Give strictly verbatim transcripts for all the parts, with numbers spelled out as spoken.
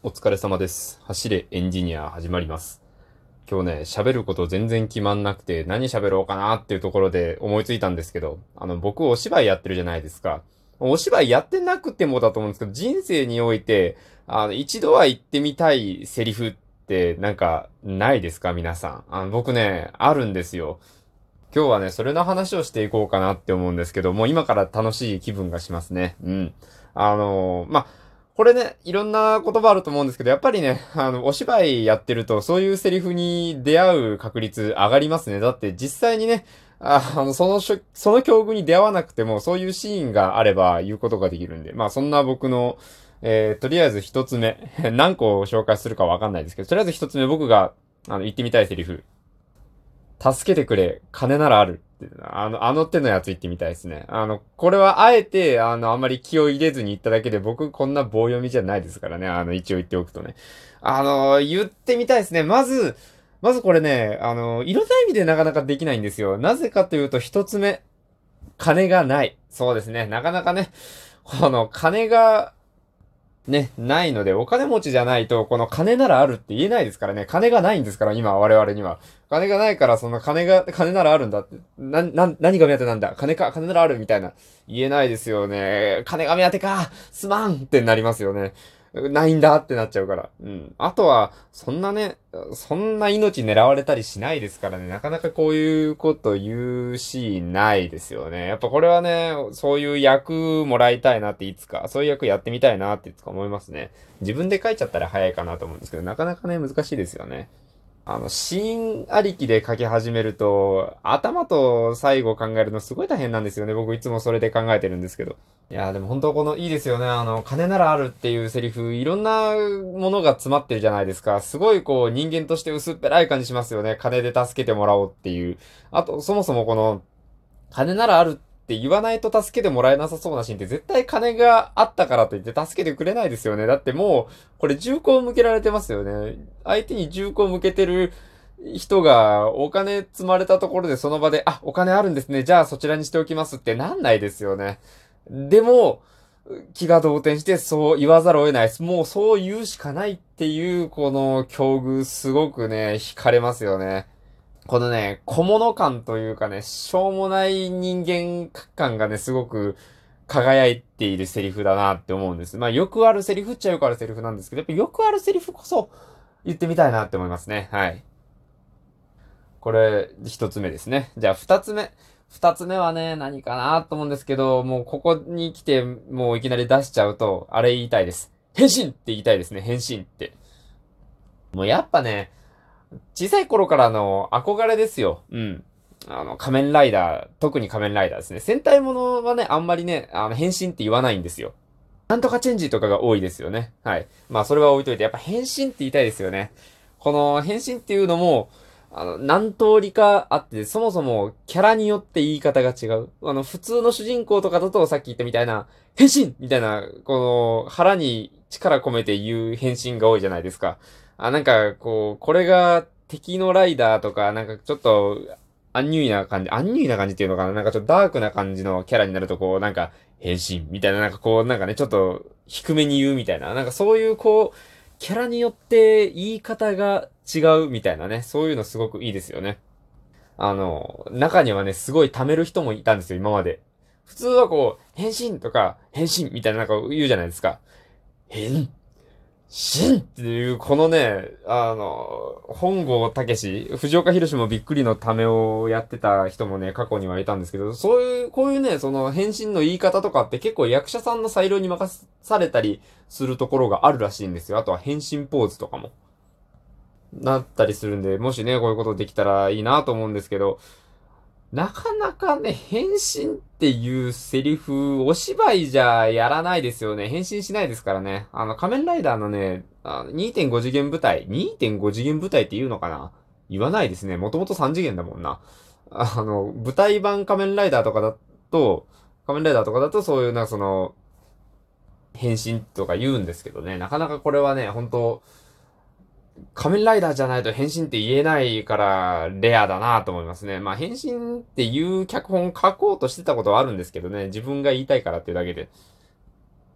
お疲れ様です。走れエンジニア始まります。今日ね、喋ること全然決まんなくて何喋ろうかなっていうところで思いついたんですけど、あの、僕お芝居やってるじゃないですか。お芝居やってなくてもだと思うんですけど、人生において、あの、一度は言ってみたいセリフってなんかないですか皆さん。あの、僕ね、あるんですよ。今日はね、それの話をしていこうかなって思うんですけど、もう今から楽しい気分がしますね。うん。あのーまあ、これね、いろんな言葉あると思うんですけど、やっぱりね、あの、お芝居やってると、そういうセリフに出会う確率上がりますね。だって実際にね、ああの、そのしょ、その境遇に出会わなくても、そういうシーンがあれば言うことができるんで、まあそんな僕の、えー、とりあえず一つ目、何個紹介するかわかんないですけど、とりあえず一つ目僕が、あの、言ってみたいセリフ。助けてくれ、金ならあるって、あの、あの手のやつ言ってみたいですね。あの、これはあえて、あの、あんまり気を入れずに言っただけで、僕こんな棒読みじゃないですからね。あの、一応言っておくとね。あの、言ってみたいですね。まず、まずこれね、あの、いろんな意味でなかなかできないんですよ。なぜかというと、一つ目、金がない。そうですね。なかなかね、この金がね、ないので、お金持ちじゃないと、この金ならあるって言えないですからね。金がないんですから、今、我々には。金がないから、その金が、金ならあるんだって。な、な、何が目当てなんだ金か、金ならあるみたいな。言えないですよね。金が目当てかすまんってなりますよね。ないんだってなっちゃうから。うん。あとは、そんなね、そんな命狙われたりしないですからね。なかなかこういうこと言うシーンないですよね。やっぱこれはね、そういう役もらいたいなっていつか、そういう役やってみたいなっていつか思いますね。自分で書いちゃったら早いかなと思うんですけど、なかなかね、難しいですよね。あの、シーンありきで書き始めると、頭と最後考えるのすごい大変なんですよね。僕いつもそれで考えてるんですけど。いやーでも本当このいいですよね。あの、金ならあるっていうセリフ、いろんなものが詰まってるじゃないですか。すごいこう人間として薄っぺらい感じしますよね。金で助けてもらおうっていう。あと、そもそもこの、金ならあるって言わないと助けてもらえなさそうなシーンって絶対金があったからといって助けてくれないですよね。だってもう、これ銃口向けられてますよね。相手に銃口向けてる人がお金積まれたところでその場で、あ、お金あるんですね。じゃあそちらにしておきますってなんないですよね。でも、気が動転してそう言わざるを得ない。もうそう言うしかないっていう、この境遇すごくね、惹かれますよね。このね、小物感というかね、しょうもない人間感がね、すごく輝いているセリフだなって思うんです。まあよくあるセリフっちゃよくあるセリフなんですけど、やっぱよくあるセリフこそ言ってみたいなって思いますね。はい。これ、一つ目ですね。じゃあ二つ目。二つ目はね、何かなと思うんですけど、もうここに来て、もういきなり出しちゃうと、あれ言いたいです。変身って言いたいですね、変身って。もうやっぱね、小さい頃からの憧れですよ。うん。あの、仮面ライダー、特に仮面ライダーですね。戦隊ものはね、あんまりね、あの、変身って言わないんですよ。なんとかチェンジとかが多いですよね。はい。まあ、それは置いといて、やっぱ変身って言いたいですよね。この変身っていうのも、あの、何通りかあって、そもそもキャラによって言い方が違う。あの、普通の主人公とかだと、さっき言ったみたいな、変身みたいな、この、腹に力込めて言う変身が多いじゃないですか。あ、なんか、こう、これが敵のライダーとか、なんかちょっと、アンニュイな感じ、アンニュイな感じっていうのかななんかちょっとダークな感じのキャラになると、こう、なんか、変身みたいな、なんかこう、なんかね、ちょっと低めに言うみたいな、なんかそういうこう、キャラによって言い方が違うみたいなね、そういうのすごくいいですよね。あの、中にはね、すごい貯める人もいたんですよ、今まで。普通はこう、変身とか、変身みたいななんか言うじゃないですか。変しんっていう、このね、あの、本郷武史、藤岡弘もびっくりのためをやってた人もね、過去にはいたんですけど、そういう、こういうね、その変身の言い方とかって結構役者さんの裁量に任されたりするところがあるらしいんですよ。あとは変身ポーズとかも。なったりするんで、もしね、こういうことできたらいいなと思うんですけど、なかなかね、変身っていうセリフ、お芝居じゃやらないですよね。変身しないですからね。あの、仮面ライダーのね、あにてんご次元舞台、にてんご次元舞台って言うのかな言わないですね。もともとさん次元だもんな。あの、舞台版仮面ライダーとかだと、仮面ライダーとかだとそういうな、その、変身とか言うんですけどね。なかなかこれはね、本当仮面ライダーじゃないと変身って言えないからレアだなと思いますね。まあ変身っていう脚本書こうとしてたことはあるんですけどね。自分が言いたいからっていうだけで。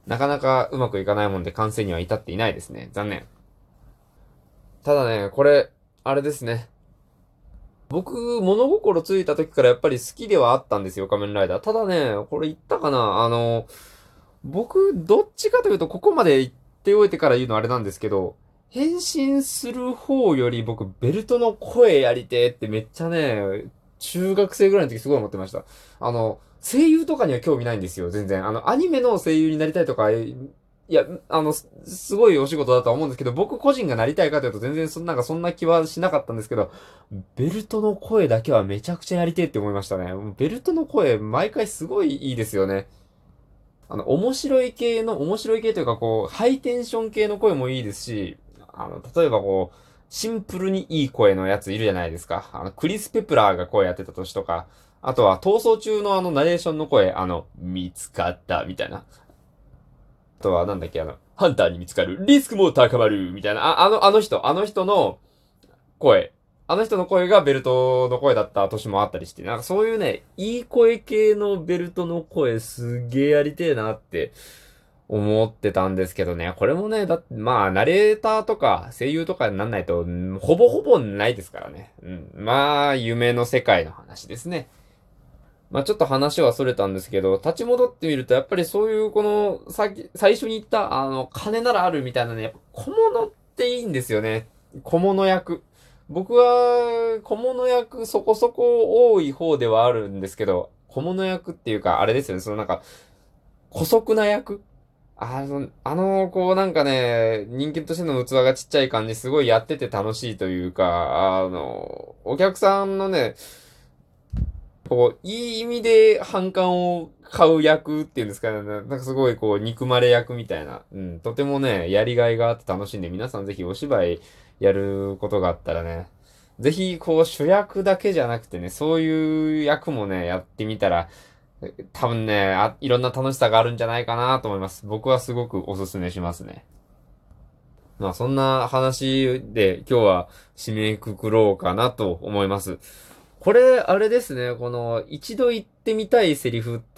なかなかうまくいかないもんで完成には至っていないですね。残念。ただね、これ、あれですね。僕、物心ついた時からやっぱり好きではあったんですよ、仮面ライダー。ただね、これ言ったかなあの、僕、どっちかというと、ここまで言っておいてから言うのはあれなんですけど、変身する方より僕、ベルトの声やりてーってめっちゃね、中学生ぐらいの時すごい思ってました。あの、声優とかには興味ないんですよ、全然。あの、アニメの声優になりたいとか、いや、あの、すすごいお仕事だとは思うんですけど、僕個人がなりたいかというと全然そんなんかそんな気はしなかったんですけど、ベルトの声だけはめちゃくちゃやりてーって思いましたね。ベルトの声、毎回すごいいいですよね。あの、面白い系の、面白い系というか、こう、ハイテンション系の声もいいですし、あの、例えばこう、シンプルにいい声のやついるじゃないですか。あの、クリス・ペプラーが声やってた年とか、あとは、逃走中のあの、ナレーションの声、あの、見つかった、みたいな。あとは、なんだっけ、あの、ハンターに見つかる、リスクも高まる、みたいな。あ、あの、あの人、あの人の声。あの人の声がベルトの声だった年もあったりして、なんかそういうね、いい声系のベルトの声すげえやりてえなって思ってたんですけどね。これもね、だって、まあ、ナレーターとか声優とかになんないと、んほぼほぼないですからね。うん。まあ、夢の世界の話ですね。まあちょっと話は逸れたんですけど、立ち戻ってみると、やっぱりそういうこの、さっき、最初に言った、あの、金ならあるみたいなね、やっぱ小物っていいんですよね。小物役。僕は、小物役そこそこ多い方ではあるんですけど、小物役っていうか、あれですよね、そのなんか、姑息な役あの、あの、こうなんかね、人間としての器がちっちゃい感じ、すごいやってて楽しいというか、あの、お客さんのね、こう、いい意味で反感を買う役っていうんですかね。なんかすごいこう、憎まれ役みたいな。うん。とてもね、やりがいがあって楽しんで、皆さんぜひお芝居やることがあったらね、ぜひこう、主役だけじゃなくてね、そういう役もね、やってみたら、多分ね、あ、いろんな楽しさがあるんじゃないかなと思います。僕はすごくおすすめしますね。まあそんな話で今日は締めくくろうかなと思います。これ、あれですね、この、一度言ってみたいセリフって、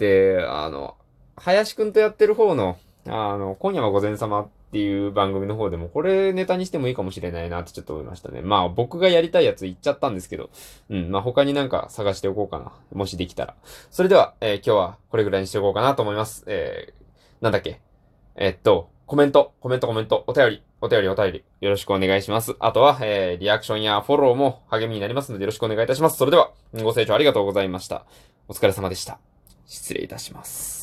あの、林くんとやってる方の、あの、今夜は午前様っていう番組の方でも、これネタにしてもいいかもしれないなってちょっと思いましたね。まあ、僕がやりたいやつ言っちゃったんですけど、うん、まあ他になんか探しておこうかな。もしできたら。それでは、えー今日はこれぐらいにしておこうかなと思います。えー、なんだっけ。えっと、コメント、コメント、コメント、お便り、お便り、お便り、よろしくお願いします。あとは、えー、リアクションやフォローも励みになりますのでよろしくお願いいたします。それでは、ご清聴ありがとうございました。お疲れ様でした。失礼いたします。